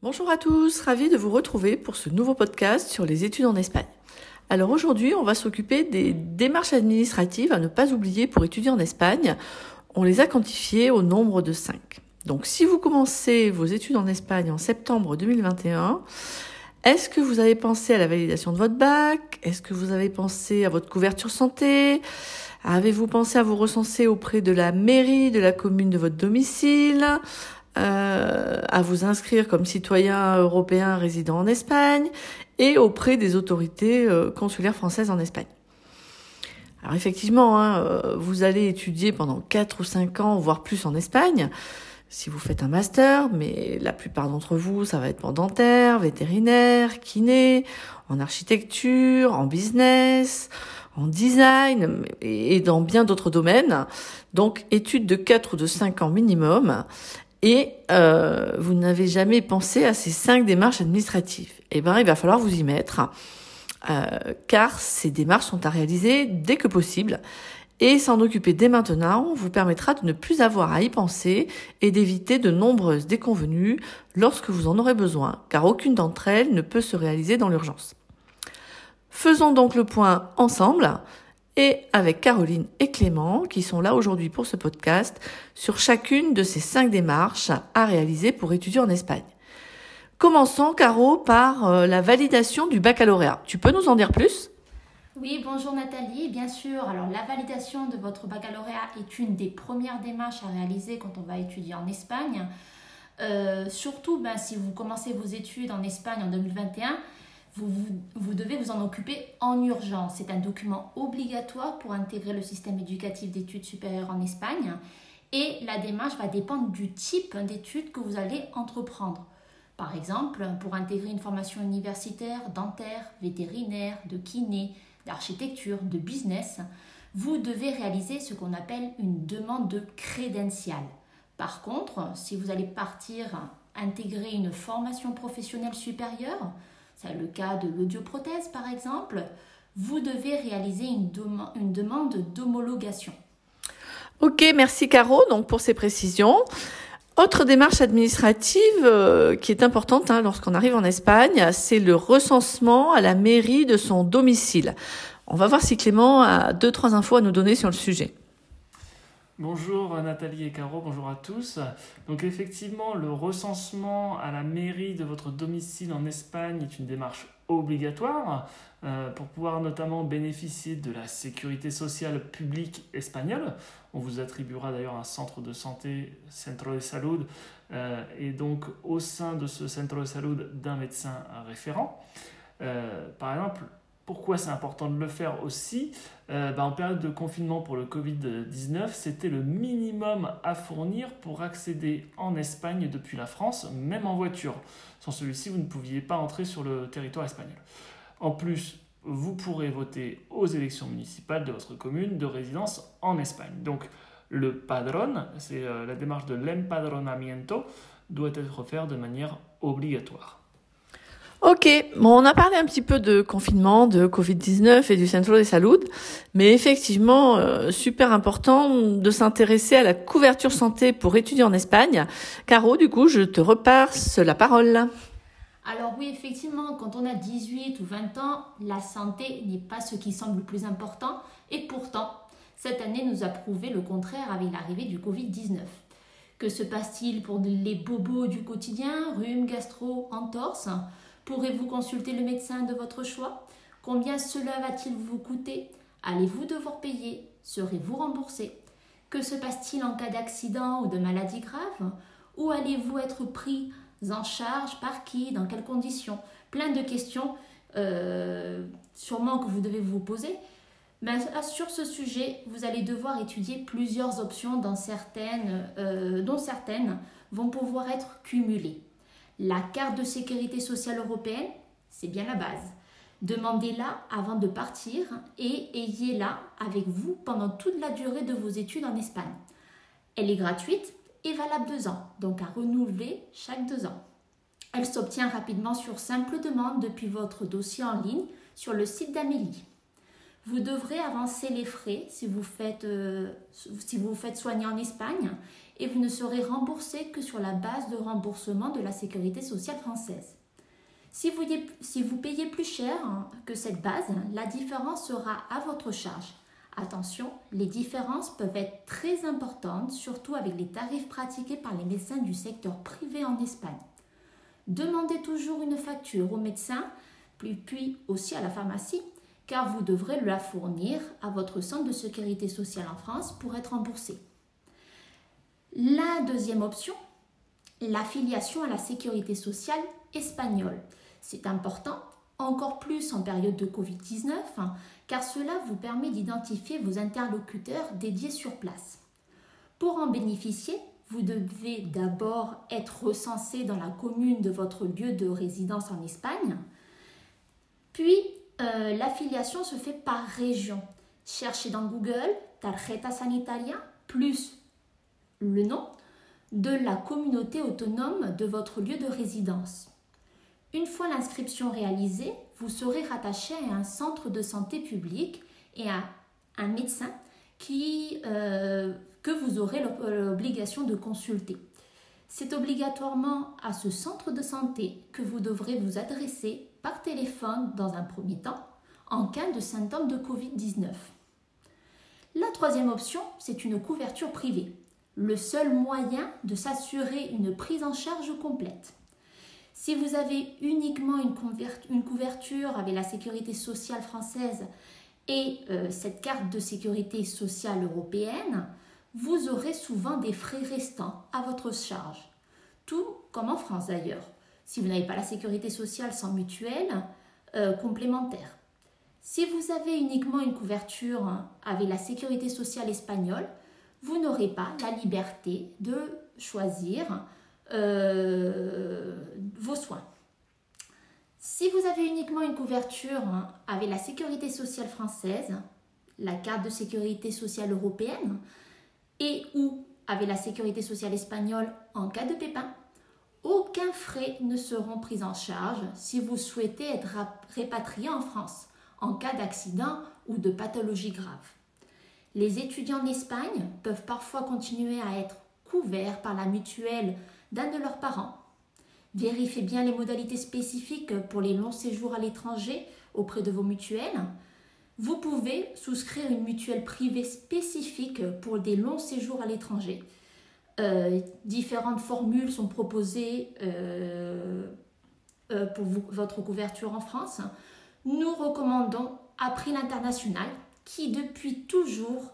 Bonjour à tous, ravi de vous retrouver pour ce nouveau podcast sur les études en Espagne. Alors aujourd'hui, on va s'occuper des démarches administratives à ne pas oublier pour étudier en Espagne. On les a quantifiées au nombre de 5. Donc si vous commencez vos études en Espagne en septembre 2021, est-ce que vous avez pensé à la validation de votre bac? Est-ce que vous avez pensé à votre couverture santé? Avez-vous pensé à vous recenser auprès de la mairie de la commune de votre domicile? À vous inscrire comme citoyen européen résidant en Espagne et auprès des autorités consulaires françaises en Espagne. Alors effectivement, vous allez étudier pendant 4 ou 5 ans, voire plus en Espagne, si vous faites un master, mais la plupart d'entre vous, ça va être en dentaire, vétérinaire, kiné, en architecture, en business, en design et dans bien d'autres domaines. Donc études de 4 ou de 5 ans minimum. Et vous n'avez jamais pensé à ces 5 démarches administratives. Eh bien, il va falloir vous y mettre, car ces démarches sont à réaliser dès que possible. Et s'en occuper dès maintenant vous permettra de ne plus avoir à y penser et d'éviter de nombreuses déconvenues lorsque vous en aurez besoin, car aucune d'entre elles ne peut se réaliser dans l'urgence. Faisons donc le point ensemble, et avec Caroline et Clément, qui sont là aujourd'hui pour ce podcast, sur chacune de ces 5 démarches à réaliser pour étudier en Espagne. Commençons, Caro, par la validation du baccalauréat. Tu peux nous en dire plus ? Oui, bonjour Nathalie, bien sûr. Alors la validation de votre baccalauréat est une des premières démarches à réaliser quand on va étudier en Espagne. Surtout, si vous commencez vos études en Espagne en 2021, vous devez vous en occuper en urgence. C'est un document obligatoire pour intégrer le système éducatif d'études supérieures en Espagne. Et la démarche va dépendre du type d'études que vous allez entreprendre. Par exemple, pour intégrer une formation universitaire, dentaire, vétérinaire, de kiné, d'architecture, de business, vous devez réaliser ce qu'on appelle une demande de crédential. Par contre, si vous allez partir intégrer une formation professionnelle supérieure, c'est le cas de l'audioprothèse par exemple, vous devez réaliser une demande d'homologation. Ok, merci Caro donc pour ces précisions. Autre démarche administrative qui est importante lorsqu'on arrive en Espagne, c'est le recensement à la mairie de son domicile. On va voir si Clément a 2-3 infos à nous donner sur le sujet. Bonjour Nathalie et Caro, bonjour à tous. Donc effectivement, le recensement à la mairie de votre domicile en Espagne est une démarche obligatoire pour pouvoir notamment bénéficier de la sécurité sociale publique espagnole. On vous attribuera d'ailleurs un centre de santé, Centro de Salud, et donc au sein de ce Centro de Salud d'un médecin référent. Par exemple, pourquoi c'est important de le faire aussi ? En période de confinement pour le Covid-19, c'était le minimum à fournir pour accéder en Espagne depuis la France, même en voiture. Sans celui-ci, vous ne pouviez pas entrer sur le territoire espagnol. En plus, vous pourrez voter aux élections municipales de votre commune de résidence en Espagne. Donc, le padrón, c'est la démarche de l'empadronamiento, doit être faite de manière obligatoire. Ok, on a parlé un petit peu de confinement, de Covid-19 et du Centro de Salud, mais effectivement, super important de s'intéresser à la couverture santé pour étudier en Espagne. Caro, du coup, je te repasse la parole. Alors oui, effectivement, quand on a 18 ou 20 ans, la santé n'est pas ce qui semble le plus important, et pourtant, cette année nous a prouvé le contraire avec l'arrivée du Covid-19. Que se passe-t-il pour les bobos du quotidien, rhume, gastro, entorse ? Pourrez-vous consulter le médecin de votre choix ? Combien cela va-t-il vous coûter ? Allez-vous devoir payer ? Serez-vous remboursé ? Que se passe-t-il en cas d'accident ou de maladie grave ? Où allez-vous être pris en charge ? Par qui ? Dans quelles conditions ? Plein de questions sûrement que vous devez vous poser. Mais sur ce sujet, vous allez devoir étudier plusieurs options dont certaines vont pouvoir être cumulées. La carte de sécurité sociale européenne, c'est bien la base. Demandez-la avant de partir et ayez-la avec vous pendant toute la durée de vos études en Espagne. Elle est gratuite et valable 2 ans, donc à renouveler chaque 2 ans. Elle s'obtient rapidement sur simple demande depuis votre dossier en ligne sur le site d'Amélie. Vous devrez avancer les frais si vous vous faites soigner en Espagne et vous ne serez remboursé que sur la base de remboursement de la sécurité sociale française. Si vous payez plus cher que cette base, la différence sera à votre charge. Attention, les différences peuvent être très importantes, surtout avec les tarifs pratiqués par les médecins du secteur privé en Espagne. Demandez toujours une facture au médecin, puis aussi à la pharmacie, car vous devrez la fournir à votre centre de sécurité sociale en France pour être remboursé. La deuxième option, l'affiliation à la sécurité sociale espagnole. C'est important, encore plus en période de Covid-19, car cela vous permet d'identifier vos interlocuteurs dédiés sur place. Pour en bénéficier, vous devez d'abord être recensé dans la commune de votre lieu de résidence en Espagne, puis l'affiliation se fait par région. Cherchez dans Google Tarjeta Sanitaria plus le nom de la communauté autonome de votre lieu de résidence. Une fois l'inscription réalisée, vous serez rattaché à un centre de santé public et à un médecin que vous aurez l'obligation de consulter. C'est obligatoirement à ce centre de santé que vous devrez vous adresser par téléphone dans un premier temps en cas de symptômes de Covid-19. La troisième option, c'est une couverture privée, le seul moyen de s'assurer une prise en charge complète. Si vous avez uniquement une couverture avec la sécurité sociale française et cette carte de sécurité sociale européenne, vous aurez souvent des frais restants à votre charge, tout comme en France d'ailleurs, si vous n'avez pas la sécurité sociale sans mutuelle complémentaire. Si vous avez uniquement une couverture avec la sécurité sociale espagnole, vous n'aurez pas la liberté de choisir vos soins. Si vous avez uniquement une couverture avec la sécurité sociale française, la carte de sécurité sociale européenne et ou avec la sécurité sociale espagnole en cas de pépin, aucun frais ne seront pris en charge si vous souhaitez être répatrié en France en cas d'accident ou de pathologie grave. Les étudiants d'Espagne peuvent parfois continuer à être couverts par la mutuelle d'un de leurs parents. Vérifiez bien les modalités spécifiques pour les longs séjours à l'étranger auprès de vos mutuelles. Vous pouvez souscrire une mutuelle privée spécifique pour des longs séjours à l'étranger. Différentes formules sont proposées pour votre couverture en France. Nous recommandons April International qui depuis toujours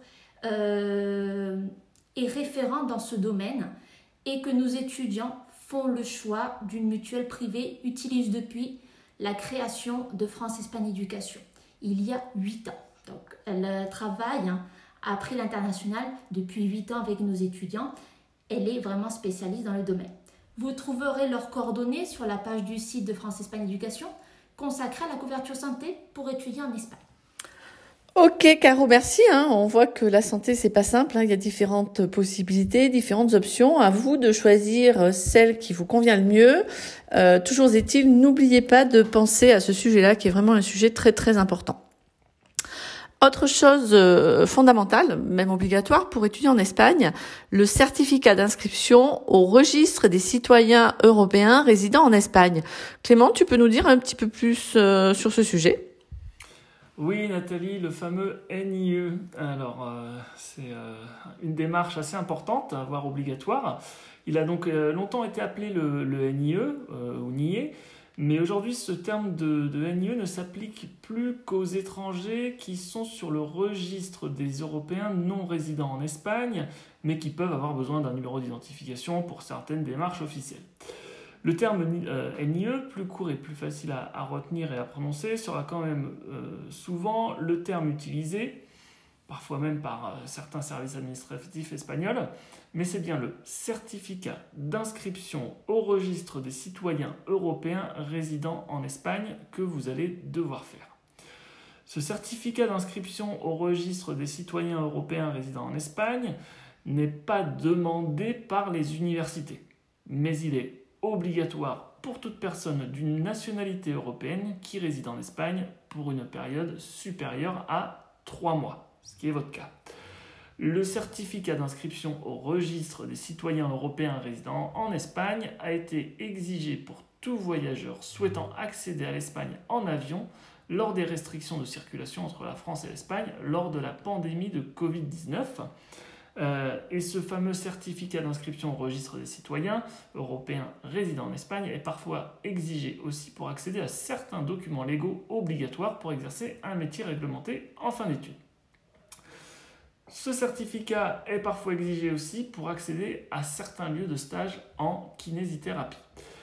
est référent dans ce domaine et que nos étudiants font le choix d'une mutuelle privée, utilisent depuis la création de France Espagne Éducation, il y a 8 ans. Donc, elle travaille à April International depuis 8 ans avec nos étudiants. Elle est vraiment spécialiste dans le domaine. Vous trouverez leurs coordonnées sur la page du site de France Espagne Éducation consacrée à la couverture santé pour étudier en Espagne. Ok, Caro, merci. On voit que la santé, c'est pas simple. Il y a différentes possibilités, différentes options. À vous de choisir celle qui vous convient le mieux. Toujours est-il, n'oubliez pas de penser à ce sujet-là, qui est vraiment un sujet très très important. Autre chose fondamentale, même obligatoire pour étudier en Espagne, le certificat d'inscription au registre des citoyens européens résidant en Espagne. Clément, tu peux nous dire un petit peu plus sur ce sujet ? Oui, Nathalie, le fameux NIE. Alors, c'est une démarche assez importante, voire obligatoire. Il a donc longtemps été appelé le NIE, ou NIE, mais aujourd'hui, ce terme de NIE ne s'applique plus qu'aux étrangers qui sont sur le registre des Européens non résidents en Espagne, mais qui peuvent avoir besoin d'un numéro d'identification pour certaines démarches officielles. Le terme NIE, plus court et plus facile à retenir et à prononcer, sera quand même souvent le terme utilisé, parfois même par certains services administratifs espagnols, mais c'est bien le certificat d'inscription au registre des citoyens européens résidant en Espagne que vous allez devoir faire. Ce certificat d'inscription au registre des citoyens européens résidant en Espagne n'est pas demandé par les universités, mais il est obligatoire pour toute personne d'une nationalité européenne qui réside en Espagne pour une période supérieure à 3 mois, ce qui est votre cas. Le certificat d'inscription au registre des citoyens européens résidant en Espagne a été exigé pour tout voyageur souhaitant accéder à l'Espagne en avion lors des restrictions de circulation entre la France et l'Espagne lors de la pandémie de Covid-19. Et ce fameux certificat d'inscription au registre des citoyens européens résidant en Espagne est parfois exigé aussi pour accéder à certains documents légaux obligatoires pour exercer un métier réglementé en fin d'études. Ce certificat est parfois exigé aussi pour accéder à certains lieux de stage en kinésithérapie.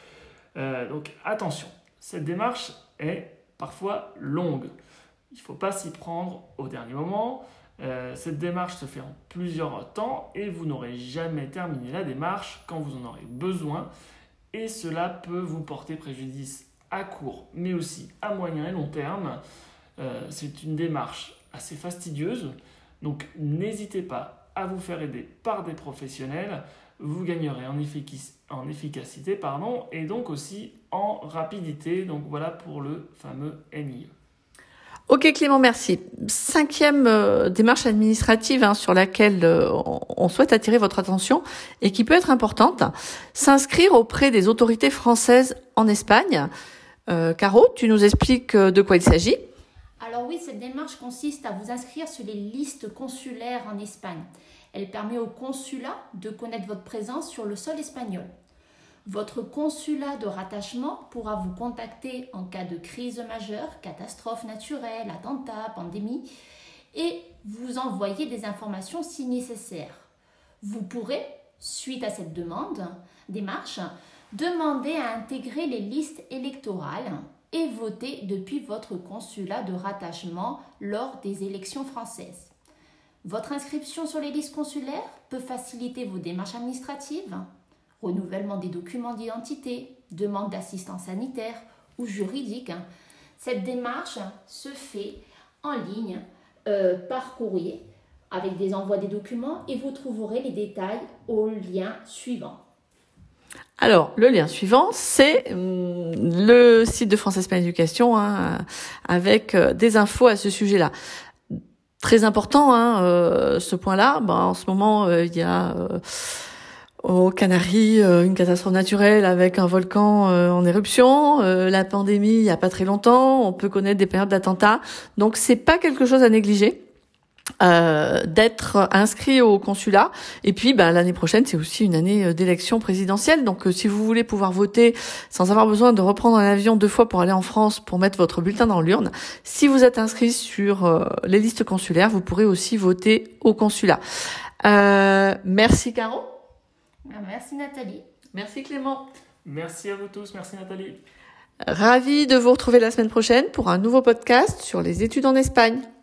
Donc attention, cette démarche est parfois longue. Il ne faut pas s'y prendre au dernier moment. Cette démarche se fait en plusieurs temps et vous n'aurez jamais terminé la démarche quand vous en aurez besoin. Et cela peut vous porter préjudice à court, mais aussi à moyen et long terme. C'est une démarche assez fastidieuse. Donc n'hésitez pas à vous faire aider par des professionnels, vous gagnerez en efficacité et donc aussi en rapidité. Donc voilà pour le fameux NIE. Ok Clément, merci. 5e démarche administrative sur laquelle on souhaite attirer votre attention et qui peut être importante, s'inscrire auprès des autorités françaises en Espagne. Caro, tu nous expliques de quoi il s'agit ? Alors oui, cette démarche consiste à vous inscrire sur les listes consulaires en Espagne. Elle permet au consulat de connaître votre présence sur le sol espagnol. Votre consulat de rattachement pourra vous contacter en cas de crise majeure, catastrophe naturelle, attentat, pandémie et vous envoyer des informations si nécessaire. Vous pourrez, suite à cette démarche, demander à intégrer les listes électorales et voter depuis votre consulat de rattachement lors des élections françaises. Votre inscription sur les listes consulaires peut faciliter vos démarches administratives, renouvellement des documents d'identité, demande d'assistance sanitaire ou juridique. Cette démarche se fait en ligne par courrier avec des envois des documents et vous trouverez les détails au lien suivant. Alors, le lien suivant, c'est le site de France Espagne Éducation avec des infos à ce sujet-là. Très important, ce point-là. En ce moment, il y a aux Canaries une catastrophe naturelle avec un volcan en éruption. La pandémie, il y a pas très longtemps. On peut connaître des périodes d'attentats. Donc, c'est pas quelque chose à négliger. D'être inscrit au consulat et puis l'année prochaine c'est aussi une année d'élection présidentielle, donc si vous voulez pouvoir voter sans avoir besoin de reprendre un avion 2 fois pour aller en France pour mettre votre bulletin dans l'urne, si vous êtes inscrit sur les listes consulaires, vous pourrez aussi voter au consulat. Merci Caro. Merci Nathalie. Merci Clément. Merci à vous tous, merci Nathalie. Ravi de vous retrouver la semaine prochaine pour un nouveau podcast sur les études en Espagne.